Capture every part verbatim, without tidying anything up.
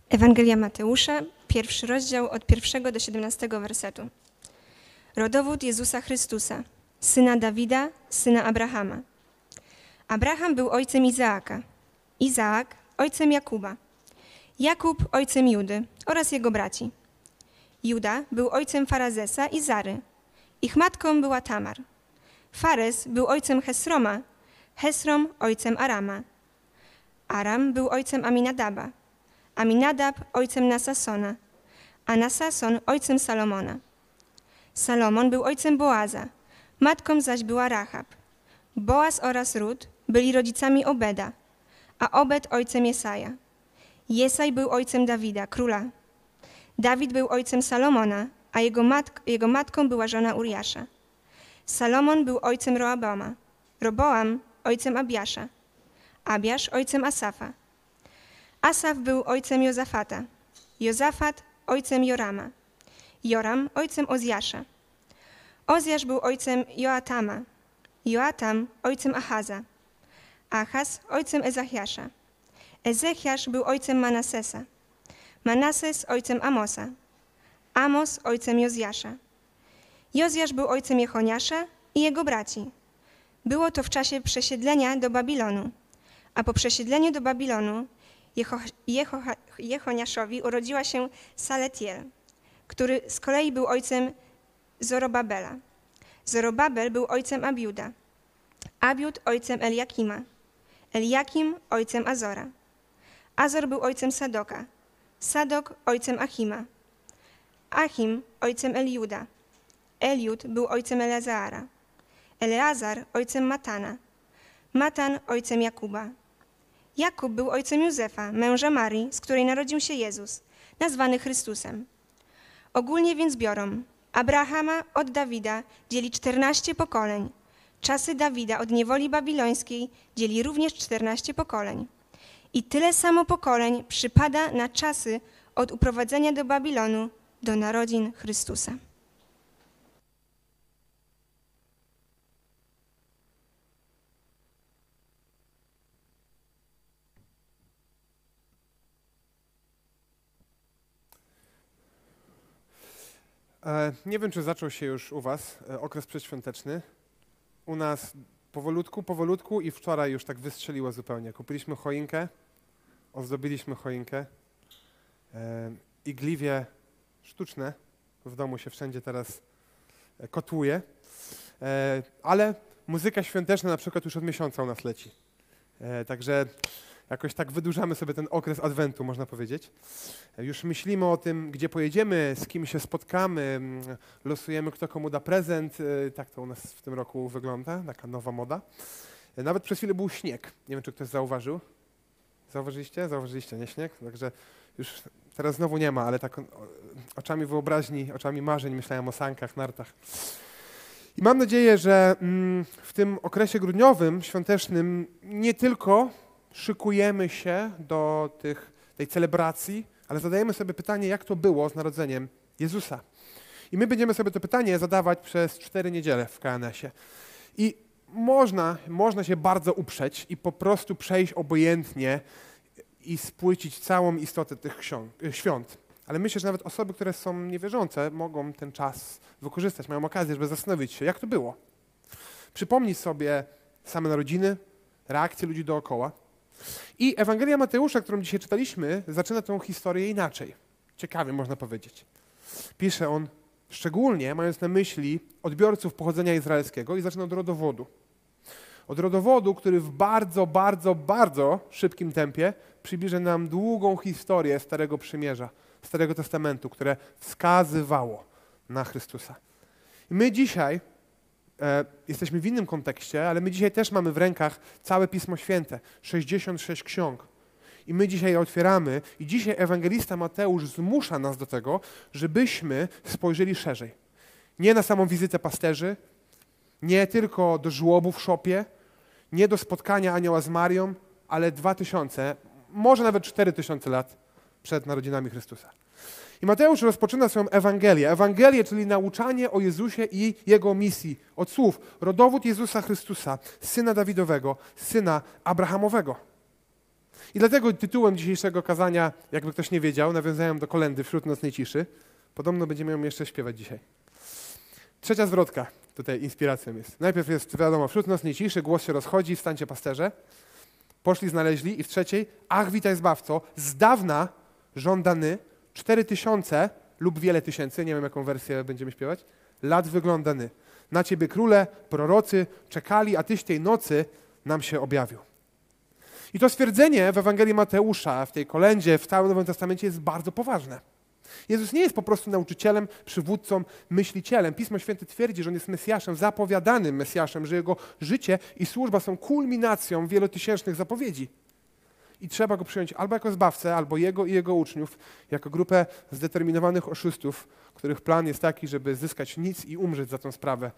Ewangelia Mateusza, pierwszy rozdział od pierwszego do siedemnastego wersetu. Rodowód Jezusa Chrystusa, syna Dawida, syna Abrahama. Abraham był ojcem Izaaka, Izaak ojcem Jakuba, Jakub ojcem Judy oraz jego braci. Juda był ojcem Farazesa i Zary. Ich matką była Tamar. Farez był ojcem Hesroma, Hesrom ojcem Arama. Aram był ojcem Aminadaba, Aminadab ojcem Nasasona, a Nasason ojcem Salomona. Salomon był ojcem Boaza, matką zaś była Rahab. Boaz oraz Rut byli rodzicami Obeda, a Obed ojcem Jesaja. Jesaj był ojcem Dawida, króla. Dawid był ojcem Salomona, a jego, matk jego matką była żona Uriasza. Salomon był ojcem Roabama, Roboam ojcem Abiasza, Abiasz ojcem Asafa. Asaf był ojcem Jozafata, Jozafat ojcem Jorama, Joram ojcem Ozjasza. Ozjasz był ojcem Joatama, Joatam ojcem Achaza, Achaz ojcem Ezachiasza. Ezechiasz był ojcem Manasesa, Manases ojcem Amosa, Amos ojcem Jozjasza. Jozjasz był ojcem Jechoniasza i jego braci. Było to w czasie przesiedlenia do Babilonu, a po przesiedleniu do Babilonu Jeho, Jeho, Jechoniaszowi urodziła się Saletiel, który z kolei był ojcem Zorobabela. Zorobabel był ojcem Abiuda, Abiud ojcem Eliakima, Eliakim ojcem Azora. Azor był ojcem Sadoka, Sadok ojcem Achima, Achim ojcem Eliuda, Eliud był ojcem Eleazara, Eleazar ojcem Matana, Matan ojcem Jakuba. Jakub był ojcem Józefa, męża Marii, z której narodził się Jezus, nazwany Chrystusem. Ogólnie więc biorą, Abrahama od Dawida dzieli czternaście pokoleń, czasy Dawida od niewoli babilońskiej dzieli również czternaście pokoleń. I tyle samo pokoleń przypada na czasy od uprowadzenia do Babilonu do narodzin Chrystusa. Nie wiem, czy zaczął się już u was okres przedświąteczny. U nas powolutku, powolutku i wczoraj już tak wystrzeliło zupełnie. Kupiliśmy choinkę, ozdobiliśmy choinkę. Igliwie sztuczne w domu się wszędzie teraz kotłuje. Ale muzyka świąteczna na przykład już od miesiąca u nas leci. Także jakoś tak wydłużamy sobie ten okres adwentu, można powiedzieć. Już myślimy o tym, gdzie pojedziemy, z kim się spotkamy, losujemy, kto komu da prezent. Tak to u nas w tym roku wygląda, taka nowa moda. Nawet przez chwilę był śnieg. Nie wiem, czy ktoś zauważył. Zauważyliście? Zauważyliście, nie śnieg? Także już teraz znowu nie ma, ale tak oczami wyobraźni, oczami marzeń myślałem o sankach, nartach. I mam nadzieję, że w tym okresie grudniowym, świątecznym nie tylko szykujemy się do tych, tej celebracji, ale zadajemy sobie pytanie, jak to było z narodzeniem Jezusa. I my będziemy sobie to pytanie zadawać przez cztery niedziele w K N S-ie. I można, można się bardzo uprzeć i po prostu przejść obojętnie i spłycić całą istotę tych świąt. Ale myślę, że nawet osoby, które są niewierzące, mogą ten czas wykorzystać, mają okazję, żeby zastanowić się, jak to było. Przypomnij sobie same narodziny, reakcje ludzi dookoła. I Ewangelia Mateusza, którą dzisiaj czytaliśmy, zaczyna tę historię inaczej. Ciekawie można powiedzieć. Pisze on szczególnie, mając na myśli odbiorców pochodzenia izraelskiego i zaczyna od rodowodu. Od rodowodu, który w bardzo, bardzo, bardzo szybkim tempie przybliży nam długą historię Starego Przymierza, Starego Testamentu, które wskazywało na Chrystusa. I my dzisiaj e, jesteśmy w innym kontekście, ale my dzisiaj też mamy w rękach całe Pismo Święte, sześćdziesiąt sześć ksiąg. I my dzisiaj je otwieramy i dzisiaj ewangelista Mateusz zmusza nas do tego, żebyśmy spojrzeli szerzej. Nie na samą wizytę pasterzy, nie tylko do żłobu w szopie, nie do spotkania anioła z Marią, ale dwa tysiące, może nawet cztery tysiące lat przed narodzinami Chrystusa. I Mateusz rozpoczyna swoją Ewangelię. Ewangelię, czyli nauczanie o Jezusie i Jego misji. Od słów rodowód Jezusa Chrystusa, syna Dawidowego, syna Abrahamowego. I dlatego tytułem dzisiejszego kazania, jakby ktoś nie wiedział, nawiązałem do kolędy Wśród nocnej ciszy. Podobno będziemy ją jeszcze śpiewać dzisiaj. Trzecia zwrotka tutaj inspiracją jest. Najpierw jest, wiadomo, Wśród nocnej ciszy, głos się rozchodzi, wstańcie pasterze. Poszli, znaleźli i w trzeciej, ach, witaj Zbawco, z dawna żądany, cztery tysiące lub wiele tysięcy, nie wiem jaką wersję będziemy śpiewać, lat wyglądany. Na Ciebie króle, prorocy czekali, a Tyś tej nocy nam się objawił. I to stwierdzenie w Ewangelii Mateusza, w tej kolędzie, w całym Nowym Testamencie jest bardzo poważne. Jezus nie jest po prostu nauczycielem, przywódcą, myślicielem. Pismo Święte twierdzi, że On jest Mesjaszem, zapowiadanym Mesjaszem, że Jego życie i służba są kulminacją wielotysięcznych zapowiedzi. I trzeba Go przyjąć albo jako Zbawcę, albo Jego i Jego uczniów, jako grupę zdeterminowanych oszustów, których plan jest taki, żeby zyskać nic i umrzeć za tą sprawę.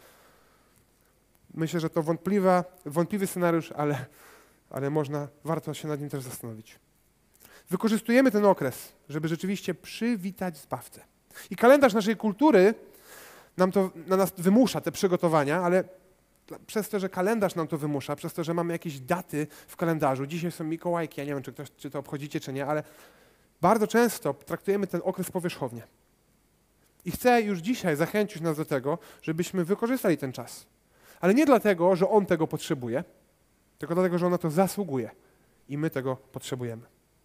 Myślę, że to wątpliwa, wątpliwy scenariusz, ale, ale można, warto się nad nim też zastanowić. Wykorzystujemy ten okres, żeby rzeczywiście przywitać Zbawcę. I kalendarz naszej kultury nam to, na nas wymusza te przygotowania, ale przez to, że kalendarz nam to wymusza, przez to, że mamy jakieś daty w kalendarzu, dzisiaj są Mikołajki, ja nie wiem, czy, ktoś, czy to obchodzicie, czy nie, ale bardzo często traktujemy ten okres powierzchownie. I chcę już dzisiaj zachęcić nas do tego, żebyśmy wykorzystali ten czas. Ale nie dlatego, że On tego potrzebuje, tylko dlatego, że On na to zasługuje i my tego potrzebujemy.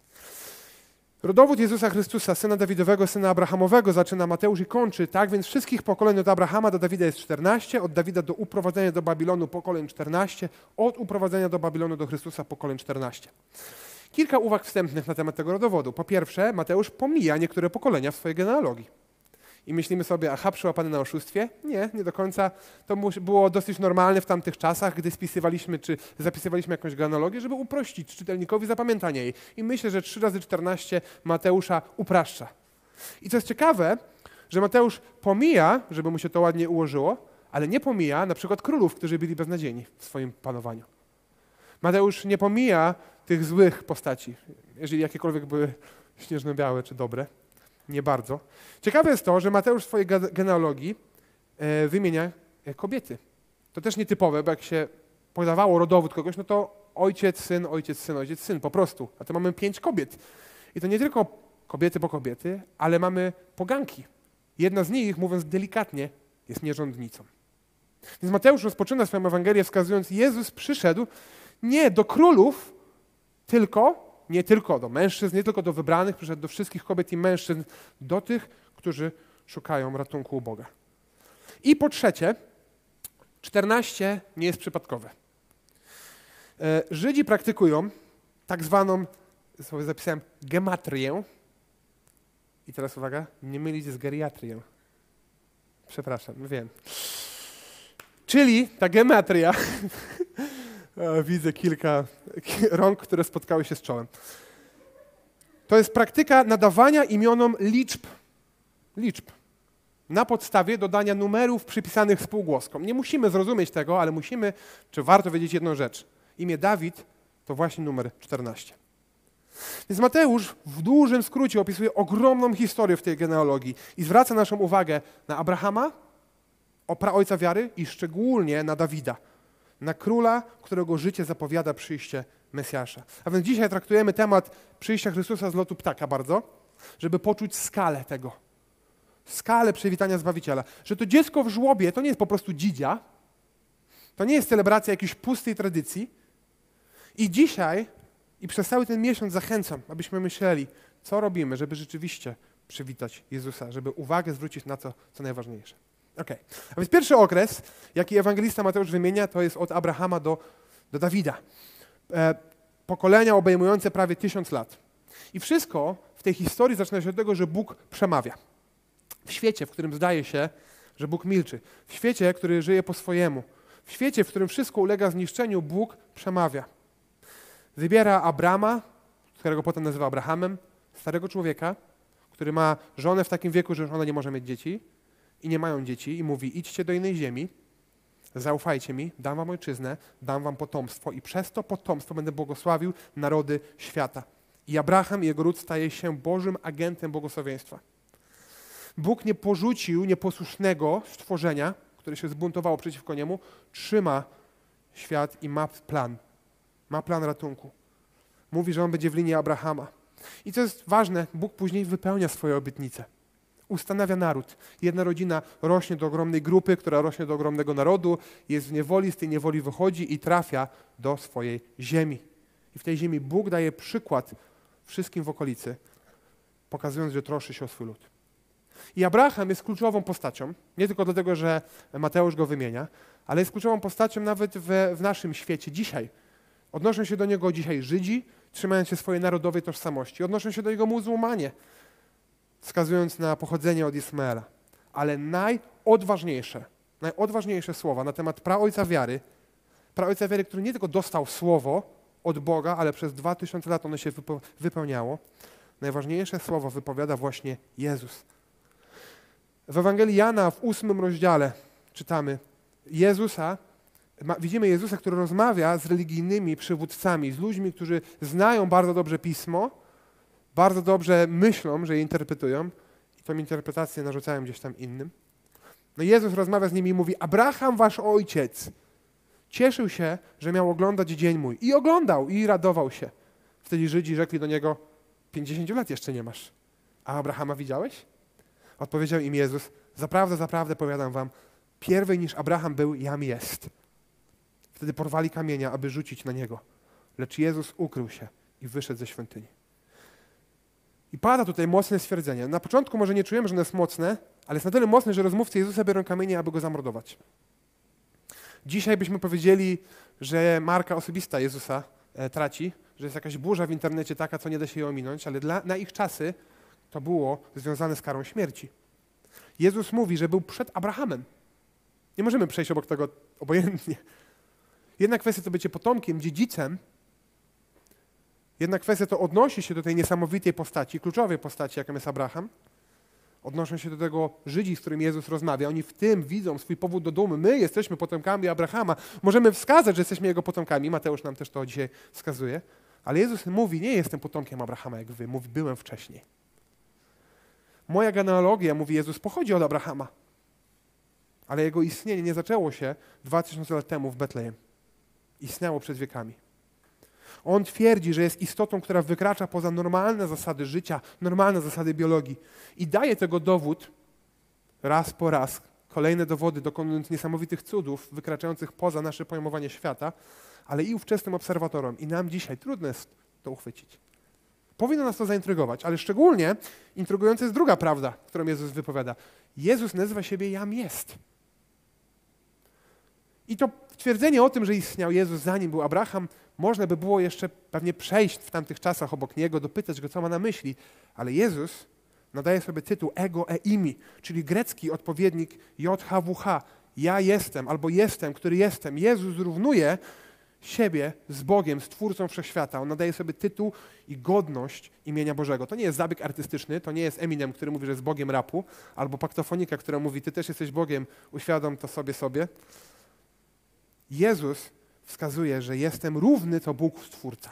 Rodowód Jezusa Chrystusa, Syna Dawidowego, Syna Abrahamowego, zaczyna Mateusz i kończy, tak więc wszystkich pokoleń od Abrahama do Dawida jest czternaście, od Dawida do uprowadzenia do Babilonu pokoleń czternaście, od uprowadzenia do Babilonu do Chrystusa pokoleń czternaście. Kilka uwag wstępnych na temat tego rodowodu. Po pierwsze, Mateusz pomija niektóre pokolenia w swojej genealogii. I myślimy sobie, aha, przyłapany na oszustwie? Nie, nie do końca. To było dosyć normalne w tamtych czasach, gdy spisywaliśmy czy zapisywaliśmy jakąś genealogię, żeby uprościć czytelnikowi zapamiętanie jej. I myślę, że trzy razy czternaście Mateusza upraszcza. I co jest ciekawe, że Mateusz pomija, żeby mu się to ładnie ułożyło, ale nie pomija na przykład królów, którzy byli beznadziejni w swoim panowaniu. Mateusz nie pomija tych złych postaci, jeżeli jakiekolwiek były śnieżno-białe czy dobre. Nie bardzo. Ciekawe jest to, że Mateusz w swojej genealogii e, wymienia kobiety. To też nietypowe, bo jak się podawało rodowód kogoś, no to ojciec, syn, ojciec, syn, ojciec, syn, po prostu. A to mamy pięć kobiet. I to nie tylko kobiety po kobiety, ale mamy poganki. Jedna z nich, mówiąc delikatnie, jest nierządnicą. Więc Mateusz rozpoczyna swoją Ewangelię wskazując, Jezus przyszedł nie do królów, tylko nie tylko do mężczyzn, nie tylko do wybranych, przyszedł do wszystkich kobiet i mężczyzn, do tych, którzy szukają ratunku u Boga. I po trzecie, czternaście nie jest przypadkowe. Żydzi praktykują tak zwaną, sobie zapisałem, gematrię. I teraz uwaga, nie mylić z geriatrią. Przepraszam, wiem. Czyli ta gematria, widzę kilka rąk, które spotkały się z czołem. To jest praktyka nadawania imionom liczb, liczb na podstawie dodania numerów przypisanych spółgłoskom. Nie musimy zrozumieć tego, ale musimy, czy warto wiedzieć jedną rzecz. Imię Dawid to właśnie numer czternaście. Więc Mateusz w dużym skrócie opisuje ogromną historię w tej genealogii i zwraca naszą uwagę na Abrahama, o praojca wiary i szczególnie na Dawida, na króla, którego życie zapowiada przyjście Mesjasza. A więc dzisiaj traktujemy temat przyjścia Chrystusa z lotu ptaka bardzo, żeby poczuć skalę tego, skalę przywitania Zbawiciela. Że to dziecko w żłobie to nie jest po prostu dzidzia, to nie jest celebracja jakiejś pustej tradycji. I dzisiaj i przez cały ten miesiąc zachęcam, abyśmy myśleli, co robimy, żeby rzeczywiście przywitać Jezusa, żeby uwagę zwrócić na to, co najważniejsze. Okay. A więc pierwszy okres, jaki ewangelista Mateusz wymienia, to jest od Abrahama do, do Dawida. E, pokolenia obejmujące prawie tysiąc lat. I wszystko w tej historii zaczyna się od tego, że Bóg przemawia. W świecie, w którym zdaje się, że Bóg milczy. W świecie, który żyje po swojemu. W świecie, w którym wszystko ulega zniszczeniu, Bóg przemawia. Wybiera Abrama, którego potem nazywa Abrahamem, starego człowieka, który ma żonę w takim wieku, że już ona nie może mieć dzieci i nie mają dzieci i mówi, idźcie do innej ziemi, zaufajcie mi, dam wam ojczyznę, dam wam potomstwo i przez to potomstwo będę błogosławił narody świata. I Abraham i jego ród staje się Bożym agentem błogosławieństwa. Bóg nie porzucił nieposłusznego stworzenia, które się zbuntowało przeciwko niemu, trzyma świat i ma plan. Ma plan ratunku. mówi, że on będzie w linii Abrahama. I co jest ważne, Bóg później wypełnia swoje obietnice. Ustanawia naród. Jedna rodzina rośnie do ogromnej grupy, która rośnie do ogromnego narodu, jest w niewoli, z tej niewoli wychodzi i trafia do swojej ziemi. I w tej ziemi Bóg daje przykład wszystkim w okolicy, pokazując, że troszczy się o swój lud. I Abraham jest kluczową postacią, nie tylko dlatego, że Mateusz go wymienia, ale jest kluczową postacią nawet w, w naszym świecie dzisiaj. Odnoszą się do niego dzisiaj Żydzi, trzymając się swojej narodowej tożsamości. Odnoszą się do niego muzułmanie, wskazując na pochodzenie od Ismaela. Ale najodważniejsze, najodważniejsze słowa na temat praojca wiary, praojca wiary, który nie tylko dostał słowo od Boga, ale przez dwa tysiące lat ono się wypełniało, najważniejsze słowo wypowiada właśnie Jezus. W Ewangelii Jana w ósmym rozdziale czytamy Jezusa, ma, widzimy Jezusa, który rozmawia z religijnymi przywódcami, z ludźmi, którzy znają bardzo dobrze Pismo, bardzo dobrze myślą, że je interpretują i tą interpretację narzucają gdzieś tam innym. No Jezus rozmawia z nimi i mówi: Abraham, wasz ojciec, cieszył się, że miał oglądać dzień mój. I oglądał, i radował się. Wtedy Żydzi rzekli do niego: pięćdziesięciu lat jeszcze nie masz. A Abrahama widziałeś? Odpowiedział im Jezus: zaprawdę, zaprawdę powiadam wam, pierwej niż Abraham był, jam jest. Wtedy porwali kamienia, aby rzucić na niego. Lecz Jezus ukrył się i wyszedł ze świątyni. I pada tutaj mocne stwierdzenie. Na początku może nie czujemy, że ono jest mocne, ale jest na tyle mocne, że rozmówcy Jezusa biorą kamienie, aby go zamordować. Dzisiaj byśmy powiedzieli, że marka osobista Jezusa e, traci, że jest jakaś burza w internecie taka, co nie da się jej ominąć, ale dla, na ich czasy to było związane z karą śmierci. Jezus mówi, że był przed Abrahamem. Nie możemy przejść obok tego obojętnie. Jedna kwestia to bycie potomkiem, dziedzicem. Jedna kwestia to odnosi się do tej niesamowitej postaci, kluczowej postaci, jaką jest Abraham. Odnoszą się do tego Żydzi, z którymi Jezus rozmawia. Oni w tym widzą swój powód do dumy. My jesteśmy potomkami Abrahama. Możemy wskazać, że jesteśmy jego potomkami. Mateusz nam też to dzisiaj wskazuje. Ale Jezus mówi: nie jestem potomkiem Abrahama jak wy. Mówi: byłem wcześniej. Moja genealogia, mówi Jezus, pochodzi od Abrahama. Ale jego istnienie nie zaczęło się dwa tysiące lat temu w Betlejem. Istniało przed wiekami. On twierdzi, że jest istotą, która wykracza poza normalne zasady życia, normalne zasady biologii. I daje tego dowód raz po raz, kolejne dowody, dokonując niesamowitych cudów, wykraczających poza nasze pojmowanie świata, ale i ówczesnym obserwatorom. I nam dzisiaj trudno jest to uchwycić. Powinno nas to zaintrygować, ale szczególnie intrygująca jest druga prawda, którą Jezus wypowiada. Jezus nazywa siebie Jam jest. I to twierdzenie o tym, że istniał Jezus, zanim był Abraham, można by było jeszcze pewnie przejść w tamtych czasach obok niego, dopytać go, co ma na myśli, ale Jezus nadaje sobie tytuł ego eimi, czyli grecki odpowiednik J H W H. Ja jestem, albo jestem, który jestem. Jezus zrównuje siebie z Bogiem, z Twórcą Wszechświata. On nadaje sobie tytuł i godność imienia Bożego. To nie jest zabieg artystyczny, to nie jest Eminem, który mówi, że jest Bogiem rapu, albo paktofonika, która mówi: ty też jesteś Bogiem, uświadom to sobie sobie. Jezus wskazuje, że jestem równy to Bóg Stwórca.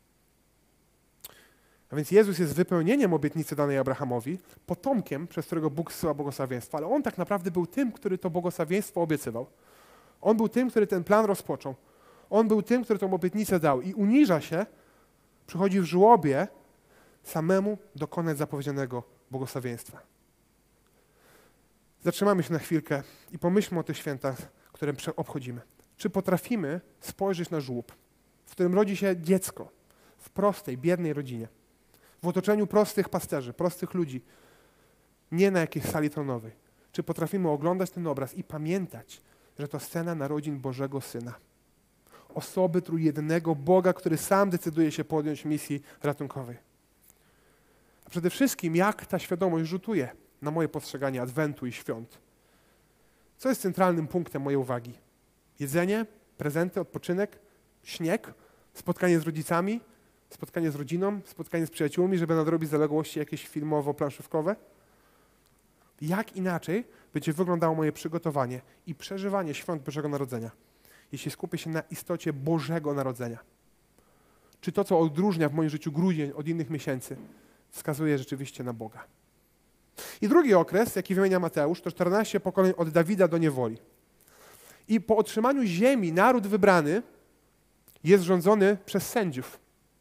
A więc Jezus jest wypełnieniem obietnicy danej Abrahamowi, potomkiem, przez którego Bóg zsyła błogosławieństwo, ale On tak naprawdę był tym, który to błogosławieństwo obiecywał. On był tym, który ten plan rozpoczął. On był tym, który tą obietnicę dał i uniża się, przychodzi w żłobie samemu dokonać zapowiedzianego błogosławieństwa. Zatrzymamy się na chwilkę i pomyślmy o tych świętach, które obchodzimy. Czy potrafimy spojrzeć na żłób, w którym rodzi się dziecko, w prostej, biednej rodzinie, w otoczeniu prostych pasterzy, prostych ludzi, nie na jakiejś sali tronowej. Czy potrafimy oglądać ten obraz i pamiętać, że to scena narodzin Bożego Syna, osoby trójjednego Boga, który sam decyduje się podjąć misji ratunkowej. A przede wszystkim, jak ta świadomość rzutuje na moje postrzeganie Adwentu i świąt. Co jest centralnym punktem mojej uwagi? Jedzenie, prezenty, odpoczynek, śnieg, spotkanie z rodzicami, spotkanie z rodziną, spotkanie z przyjaciółmi, żeby nadrobić zaległości jakieś filmowo-planszówkowe? Jak inaczej będzie wyglądało moje przygotowanie i przeżywanie świąt Bożego Narodzenia, jeśli skupię się na istocie Bożego Narodzenia? Czy to, co odróżnia w moim życiu grudzień od innych miesięcy, wskazuje rzeczywiście na Boga? I drugi okres, jaki wymienia Mateusz, to czternaście pokoleń od Dawida do niewoli. I po otrzymaniu ziemi naród wybrany jest rządzony przez sędziów.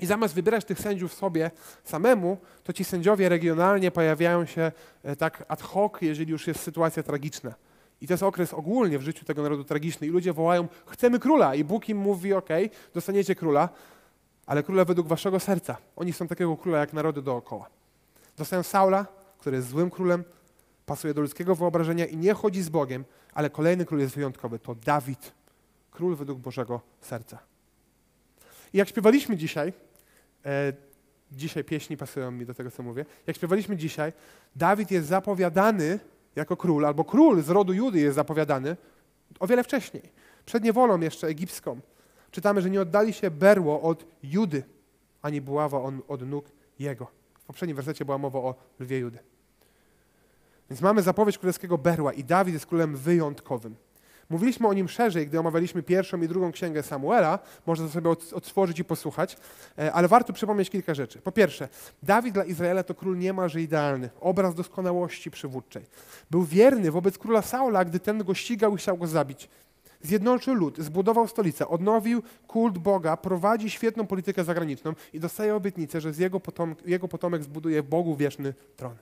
I zamiast wybierać tych sędziów sobie samemu, to ci sędziowie regionalnie pojawiają się e, tak ad hoc, jeżeli już jest sytuacja tragiczna. I to jest okres ogólnie w życiu tego narodu tragiczny. I ludzie wołają, chcemy króla. I Bóg im mówi, okej, dostaniecie króla, ale króla według waszego serca. Oni są takiego króla jak narody dookoła. Dostają Saula, który jest złym królem, pasuje do ludzkiego wyobrażenia i nie chodzi z Bogiem, ale kolejny król jest wyjątkowy. To Dawid, król według Bożego serca. I jak śpiewaliśmy dzisiaj, e, dzisiaj pieśni pasują mi do tego, co mówię, jak śpiewaliśmy dzisiaj, Dawid jest zapowiadany jako król, albo król z rodu Judy jest zapowiadany o wiele wcześniej. Przed niewolą jeszcze egipską. Czytamy, że nie oddali się berło od Judy, ani buława on od nóg jego. W poprzednim wersecie była mowa o lwie Judy. Więc mamy zapowiedź królewskiego berła i Dawid jest królem wyjątkowym. Mówiliśmy o nim szerzej, gdy omawialiśmy pierwszą i drugą księgę Samuela. Można to sobie odtworzyć i posłuchać, ale warto przypomnieć kilka rzeczy. Po pierwsze, Dawid dla Izraela to król niemalże idealny, obraz doskonałości przywódczej. Był wierny wobec króla Saula, gdy ten go ścigał i chciał go zabić. Zjednoczył lud, zbudował stolicę, odnowił kult Boga, prowadzi świetną politykę zagraniczną i dostaje obietnicę, że z jego, potom, jego potomek zbuduje Bogu wieczny tron.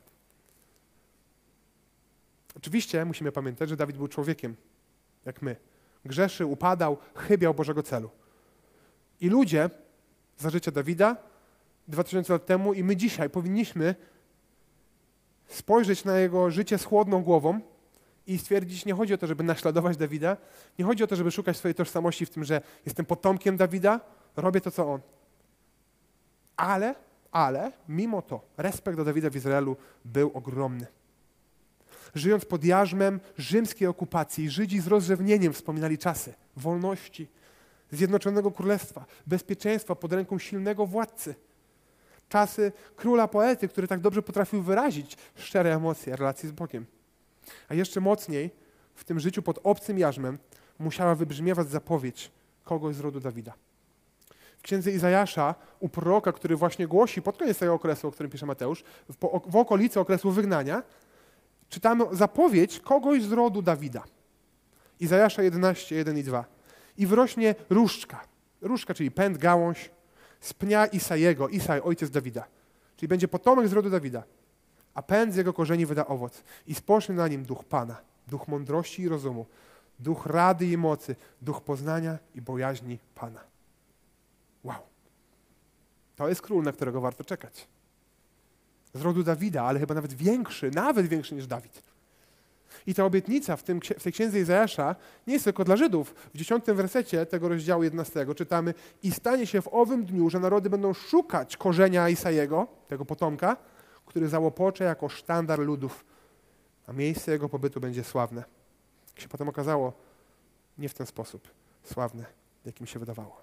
Oczywiście musimy pamiętać, że Dawid był człowiekiem, jak my. Grzeszył, upadał, chybiał Bożego celu. I ludzie za życia Dawida dwa tysiące lat temu i my dzisiaj powinniśmy spojrzeć na jego życie z chłodną głową i stwierdzić, nie chodzi o to, żeby naśladować Dawida, nie chodzi o to, żeby szukać swojej tożsamości w tym, że jestem potomkiem Dawida, robię to, co on. Ale, ale, mimo to, respekt do Dawida w Izraelu był ogromny. Żyjąc pod jarzmem rzymskiej okupacji, Żydzi z rozrzewnieniem wspominali czasy wolności, zjednoczonego królestwa, bezpieczeństwa pod ręką silnego władcy. Czasy króla poety, który tak dobrze potrafił wyrazić szczere emocje relacji z Bogiem. A jeszcze mocniej w tym życiu pod obcym jarzmem musiała wybrzmiewać zapowiedź kogoś z rodu Dawida. W księdze Izajasza u proroka, który właśnie głosi pod koniec tego okresu, o którym pisze Mateusz, w, po, w okolicy okresu wygnania, czytamy zapowiedź kogoś z rodu Dawida. Izajasza jedenaście, jeden i dwa. I wyrośnie różdżka. Różdżka, czyli pęd, gałąź z pnia Isajego. Isaj, ojciec Dawida. Czyli będzie potomek z rodu Dawida. A pęd z jego korzeni wyda owoc. I spocznie na nim duch Pana, duch mądrości i rozumu, duch rady i mocy, duch poznania i bojaźni Pana. Wow. To jest król, na którego warto czekać. Z rodu Dawida, ale chyba nawet większy, nawet większy niż Dawid. I ta obietnica w, tym, w tej księdze Izajasza nie jest tylko dla Żydów. W dziesiątym wersecie tego rozdziału jedenastego czytamy: i stanie się w owym dniu, że narody będą szukać korzenia Isajego, tego potomka, który załopocze jako sztandar ludów, a miejsce jego pobytu będzie sławne. Jak się potem okazało, nie w ten sposób sławne, jakim się wydawało.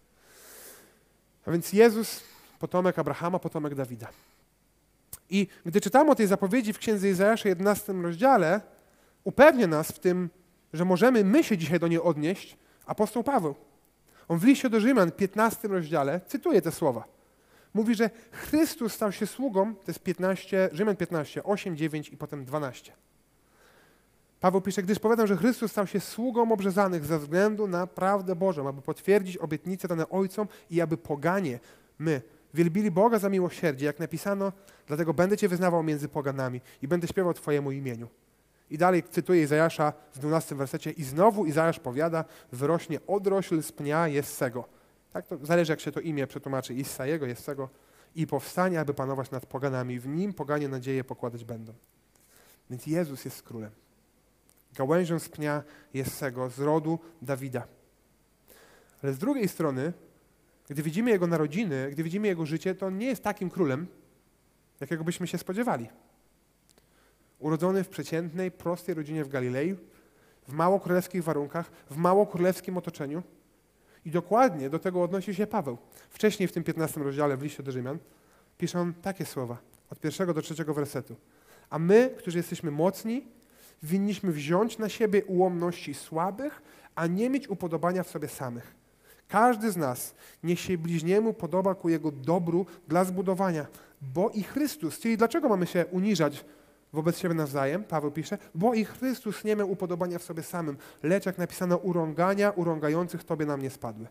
A więc Jezus, potomek Abrahama, potomek Dawida. I gdy czytamy o tej zapowiedzi w księdze Izajasza jedenastym rozdziale, upewnia nas w tym, że możemy my się dzisiaj do niej odnieść, apostoł Paweł. On w liście do Rzymian, piętnastym rozdziale, cytuje te słowa. Mówi, że Chrystus stał się sługą, to jest piętnaście, Rzymian piętnaście, osiem, dziewięć i potem dwanaście. Paweł pisze, gdyż powiadam, że Chrystus stał się sługą obrzezanych ze względu na prawdę Bożą, aby potwierdzić obietnice dane ojcom i aby poganie, my, wielbili Boga za miłosierdzie, jak napisano, dlatego będę Cię wyznawał między poganami i będę śpiewał Twojemu imieniu. I dalej cytuję Izajasza w dwunastym wersecie. I znowu Izajasz powiada, wyrośnie odrośl z pnia Jessego. Tak to zależy, jak się to imię przetłumaczy. Isajego, Jessego. I powstanie, aby panować nad poganami. W nim poganie nadzieję pokładać będą. Więc Jezus jest królem. Gałęzią z pnia Jessego, z rodu Dawida. Ale z drugiej strony, gdy widzimy Jego narodziny, gdy widzimy Jego życie, to on nie jest takim królem, jakiego byśmy się spodziewali. Urodzony w przeciętnej, prostej rodzinie w Galilei, w mało królewskich warunkach, w mało królewskim otoczeniu. I dokładnie do tego odnosi się Paweł. Wcześniej w tym piętnastym rozdziale w liście do Rzymian pisze on takie słowa, od pierwszego do trzeciego wersetu. A my, którzy jesteśmy mocni, winniśmy wziąć na siebie ułomności słabych, a nie mieć upodobania w sobie samych. Każdy z nas niech się bliźniemu podoba ku jego dobru dla zbudowania, bo i Chrystus, czyli dlaczego mamy się uniżać wobec siebie nawzajem, Paweł pisze, bo i Chrystus nie miał upodobania w sobie samym, lecz jak napisano, urągania urągających Tobie na mnie spadły.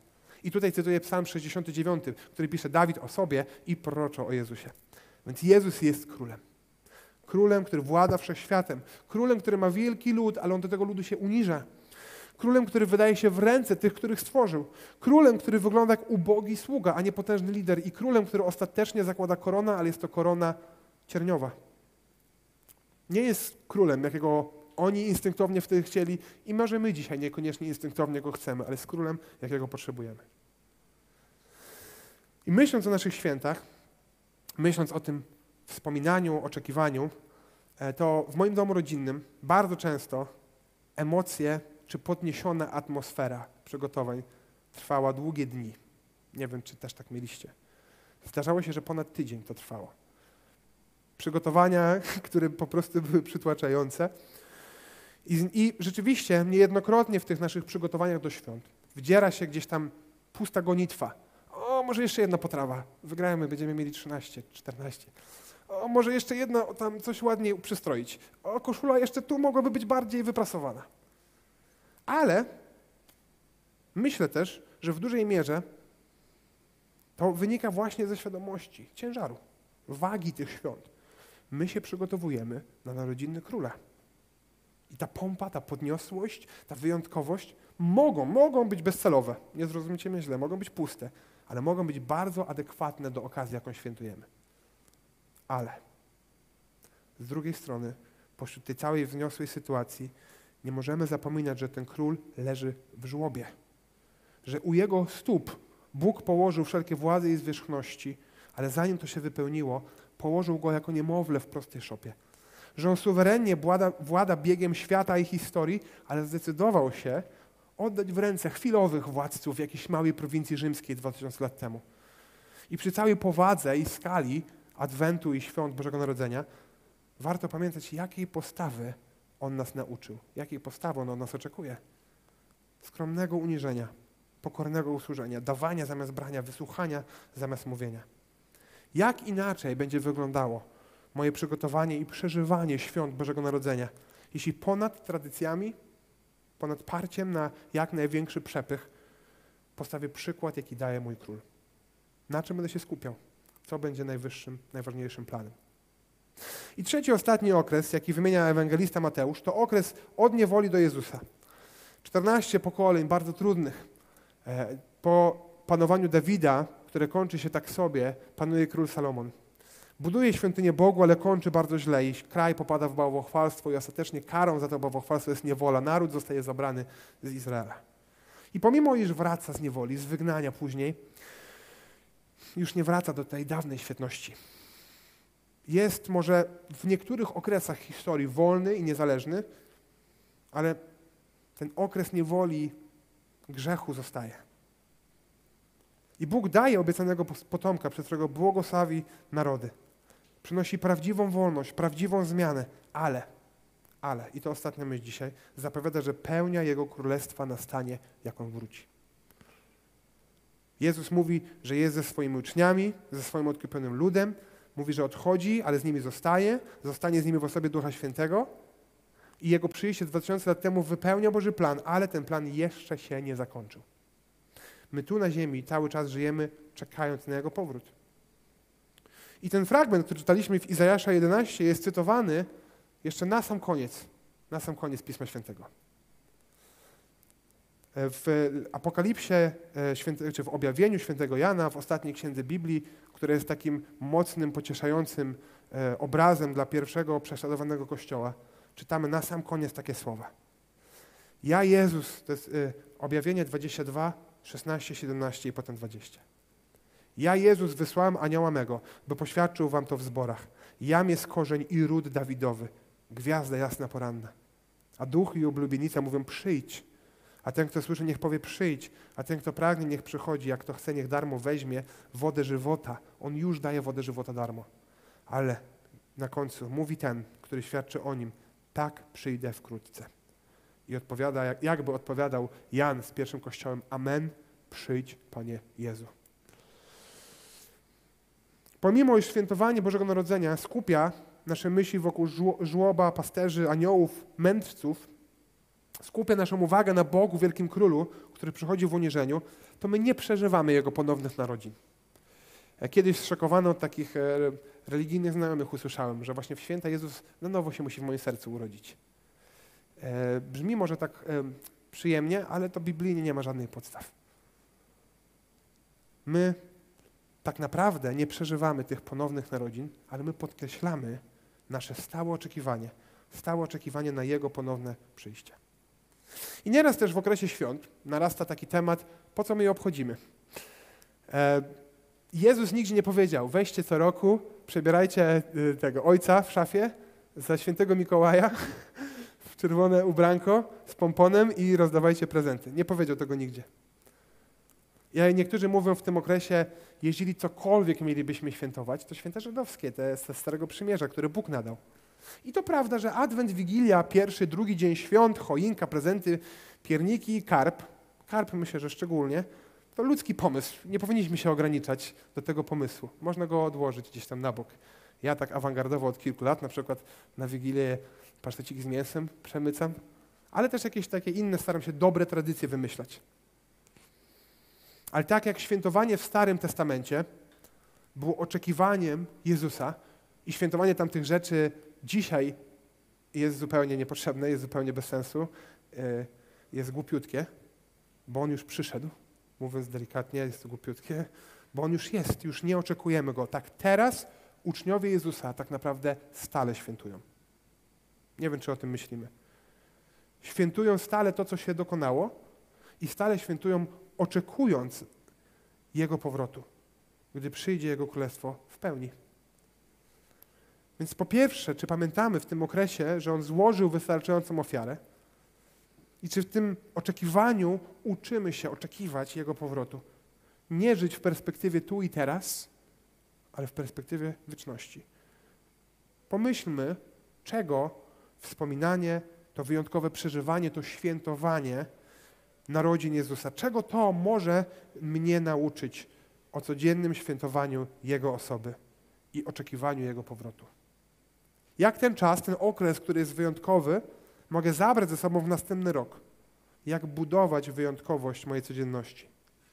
I tutaj cytuję Psalm sześćdziesiąty dziewiąty, który pisze Dawid o sobie i proroczo o Jezusie. Więc Jezus jest królem. Królem, który włada wszechświatem. Królem, który ma wielki lud, ale on do tego ludu się uniża. Królem, który wydaje się w ręce tych, których stworzył. Królem, który wygląda jak ubogi sługa, a nie potężny lider. I królem, który ostatecznie zakłada koronę, ale jest to korona cierniowa. Nie jest królem, jakiego oni instynktownie wtedy chcieli i może my dzisiaj niekoniecznie instynktownie go chcemy, ale jest królem, jakiego potrzebujemy. I myśląc o naszych świętach, myśląc o tym wspominaniu, oczekiwaniu, to w moim domu rodzinnym bardzo często emocje czy podniesiona atmosfera przygotowań trwała długie dni. Nie wiem, czy też tak mieliście. Zdarzało się, że ponad tydzień to trwało. Przygotowania, które po prostu były przytłaczające. I, I rzeczywiście niejednokrotnie w tych naszych przygotowaniach do świąt wdziera się gdzieś tam pusta gonitwa. O, może jeszcze jedna potrawa. Wygrajmy, będziemy mieli trzynaście, czternaście. O, może jeszcze jedna, tam coś ładniej przystroić. O, koszula jeszcze tu mogłaby być bardziej wyprasowana. Ale myślę też, że w dużej mierze to wynika właśnie ze świadomości ciężaru, wagi tych świąt. My się przygotowujemy na narodziny króla. I ta pompa, ta podniosłość, ta wyjątkowość mogą, mogą być bezcelowe. Nie zrozumcie mnie źle, mogą być puste, ale mogą być bardzo adekwatne do okazji, jaką świętujemy. Ale z drugiej strony, pośród tej całej wzniosłej sytuacji, nie możemy zapominać, że ten król leży w żłobie. Że u jego stóp Bóg położył wszelkie władze i zwierzchności, ale zanim to się wypełniło, położył go jako niemowlę w prostej szopie. Że on suwerennie włada, włada biegiem świata i historii, ale zdecydował się oddać w ręce chwilowych władców jakiejś małej prowincji rzymskiej dwa tysiące lat temu. I przy całej powadze i skali Adwentu i świąt Bożego Narodzenia warto pamiętać, jakiej postawy On nas nauczył, jakiej postawy On od nas oczekuje. Skromnego uniżenia, pokornego usłużenia, dawania zamiast brania, wysłuchania zamiast mówienia. Jak inaczej będzie wyglądało moje przygotowanie i przeżywanie świąt Bożego Narodzenia, jeśli ponad tradycjami, ponad parciem na jak największy przepych postawię przykład, jaki daje mój król. Na czym będę się skupiał? Co będzie najwyższym, najważniejszym planem? I trzeci, ostatni okres, jaki wymienia ewangelista Mateusz, to okres od niewoli do Jezusa. czternaście pokoleń bardzo trudnych. Po panowaniu Dawida, które kończy się tak sobie, panuje król Salomon. Buduje świątynię Bogu, ale kończy bardzo źle. I kraj popada w bałwochwalstwo i ostatecznie karą za to bałwochwalstwo jest niewola. Naród zostaje zabrany z Izraela. I pomimo, iż wraca z niewoli, z wygnania później, już nie wraca do tej dawnej świetności. Jest może w niektórych okresach historii wolny i niezależny, ale ten okres niewoli, grzechu zostaje. I Bóg daje obiecanego potomka, przez którego błogosławi narody. Przynosi prawdziwą wolność, prawdziwą zmianę, ale, ale, i to ostatnia myśl dzisiaj, zapowiada, że pełnia Jego królestwa nastanie, jak On wróci. Jezus mówi, że jest ze swoimi uczniami, ze swoim odkupionym ludem, mówi, że odchodzi, ale z nimi zostaje, zostanie z nimi w osobie Ducha Świętego i Jego przyjście dwa tysiące lat temu wypełnia Boży plan, ale ten plan jeszcze się nie zakończył. My tu na ziemi cały czas żyjemy, czekając na Jego powrót. I ten fragment, który czytaliśmy w Izajasza jedenaście, jest cytowany jeszcze na sam koniec, na sam koniec Pisma Świętego. W Apokalipsie, czy w objawieniu świętego Jana, w ostatniej księdze Biblii, która jest takim mocnym, pocieszającym obrazem dla pierwszego prześladowanego Kościoła, czytamy na sam koniec takie słowa. Ja, Jezus, to jest objawienie dwadzieścia dwa, szesnaście, siedemnaście i potem dwadzieścia. Ja, Jezus, wysłałem anioła mego, by poświadczył wam to w zborach. Jam jest korzeń i ród Dawidowy, gwiazda jasna poranna. A duch i oblubienica mówią, przyjdź. A ten, kto słyszy, niech powie, przyjdź. A ten, kto pragnie, niech przychodzi. Jak kto chce, niech darmo weźmie wodę żywota. On już daje wodę żywota darmo. Ale na końcu mówi ten, który świadczy o nim, tak przyjdę wkrótce. I odpowiada, jakby odpowiadał Jan z pierwszym kościołem, amen, przyjdź, Panie Jezu. Pomimo, iż świętowanie Bożego Narodzenia skupia nasze myśli wokół żłoba, pasterzy, aniołów, mędrców, skupia naszą uwagę na Bogu, Wielkim Królu, który przychodzi w uniżeniu, to my nie przeżywamy Jego ponownych narodzin. Kiedyś zszokowano od takich religijnych znajomych usłyszałem, że właśnie w święta Jezus na nowo się musi w moim sercu urodzić. Brzmi może tak przyjemnie, ale to biblijnie nie ma żadnych podstaw. My tak naprawdę nie przeżywamy tych ponownych narodzin, ale my podkreślamy nasze stałe oczekiwanie, stałe oczekiwanie na Jego ponowne przyjście. I nieraz też w okresie świąt narasta taki temat, po co my je obchodzimy. E, Jezus nigdzie nie powiedział, weźcie co roku, przebierajcie tego ojca w szafie za świętego Mikołaja w czerwone ubranko z pomponem i rozdawajcie prezenty. Nie powiedział tego nigdzie. I niektórzy mówią w tym okresie, jeżeli cokolwiek mielibyśmy świętować, to święta żydowskie, te ze Starego Przymierza, które Bóg nadał. I to prawda, że Adwent, Wigilia, pierwszy, drugi dzień świąt, choinka, prezenty, pierniki, karp, karp myślę, że szczególnie, to ludzki pomysł. Nie powinniśmy się ograniczać do tego pomysłu. Można go odłożyć gdzieś tam na bok. Ja tak awangardowo od kilku lat, na przykład na Wigilię paszteciki z mięsem przemycam, ale też jakieś takie inne staram się dobre tradycje wymyślać. Ale tak jak świętowanie w Starym Testamencie było oczekiwaniem Jezusa i świętowanie tamtych rzeczy dzisiaj jest zupełnie niepotrzebne, jest zupełnie bez sensu, jest głupiutkie, bo On już przyszedł, mówiąc delikatnie, jest to głupiutkie, bo On już jest, już nie oczekujemy Go. Tak teraz uczniowie Jezusa tak naprawdę stale świętują. Nie wiem, czy o tym myślimy. Świętują stale to, co się dokonało i stale świętują, oczekując Jego powrotu, gdy przyjdzie Jego Królestwo w pełni. Więc po pierwsze, czy pamiętamy w tym okresie, że On złożył wystarczającą ofiarę i czy w tym oczekiwaniu uczymy się oczekiwać Jego powrotu. Nie żyć w perspektywie tu i teraz, ale w perspektywie wieczności. Pomyślmy, czego wspominanie, to wyjątkowe przeżywanie, to świętowanie narodzin Jezusa, czego to może mnie nauczyć o codziennym świętowaniu Jego osoby i oczekiwaniu Jego powrotu. Jak ten czas, ten okres, który jest wyjątkowy, mogę zabrać ze sobą w następny rok. Jak budować wyjątkowość mojej codzienności.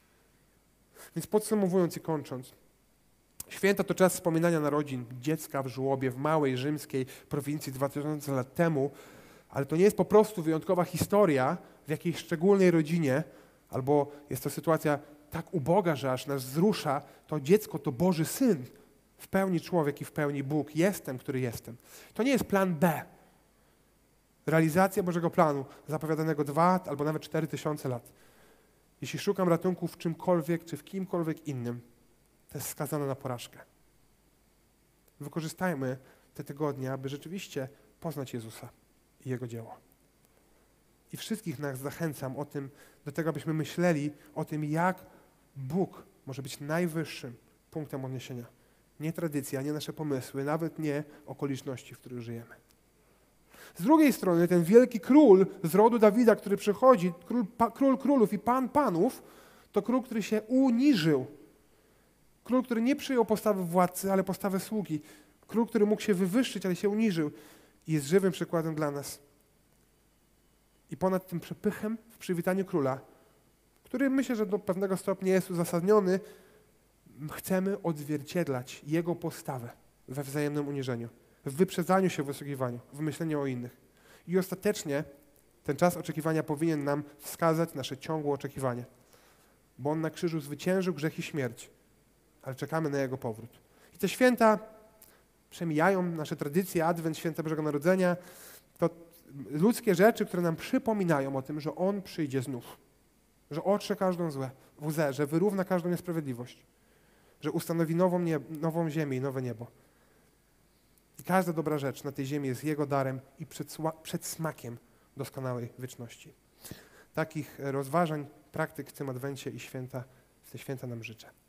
Więc podsumowując i kończąc, święta to czas wspominania narodzin dziecka w żłobie w małej rzymskiej prowincji dwa tysiące lat temu, ale to nie jest po prostu wyjątkowa historia w jakiejś szczególnej rodzinie, albo jest to sytuacja tak uboga, że aż nas wzrusza. To dziecko to Boży Syn, w pełni człowiek i w pełni Bóg. Jestem, który jestem. To nie jest plan B. Realizacja Bożego planu, zapowiadanego dwa albo nawet cztery tysiące lat. Jeśli szukam ratunku w czymkolwiek, czy w kimkolwiek innym, to jest skazane na porażkę. Wykorzystajmy te tygodnie, aby rzeczywiście poznać Jezusa i Jego dzieło. I wszystkich nas zachęcam o tym, do tego, abyśmy myśleli o tym, jak Bóg może być najwyższym punktem odniesienia. Nie tradycja, nie nasze pomysły, nawet nie okoliczności, w których żyjemy. Z drugiej strony ten wielki król z rodu Dawida, który przychodzi, król, pa, król królów i pan panów, to król, który się uniżył. Król, który nie przyjął postawy władcy, ale postawę sługi. Król, który mógł się wywyższyć, ale się uniżył. I jest żywym przykładem dla nas. I ponad tym przepychem w przywitaniu króla, który myślę, że do pewnego stopnia jest uzasadniony, chcemy odzwierciedlać Jego postawę we wzajemnym uniżeniu, w wyprzedzaniu się, w wysługiwaniu, w myśleniu o innych. I ostatecznie ten czas oczekiwania powinien nam wskazać nasze ciągłe oczekiwanie, bo On na krzyżu zwyciężył grzech i śmierć, ale czekamy na Jego powrót. I te święta przemijają, nasze tradycje, Adwent, Święta Bożego Narodzenia, to ludzkie rzeczy, które nam przypominają o tym, że On przyjdzie znów, że otrze każdą złe, łzę, że wyrówna każdą niesprawiedliwość, że ustanowi nową, nie, nową ziemię i nowe niebo. I każda dobra rzecz na tej ziemi jest Jego darem i przedsmakiem doskonałej wieczności. Takich rozważań, praktyk w tym Adwencie i święta, w te święta nam życzę.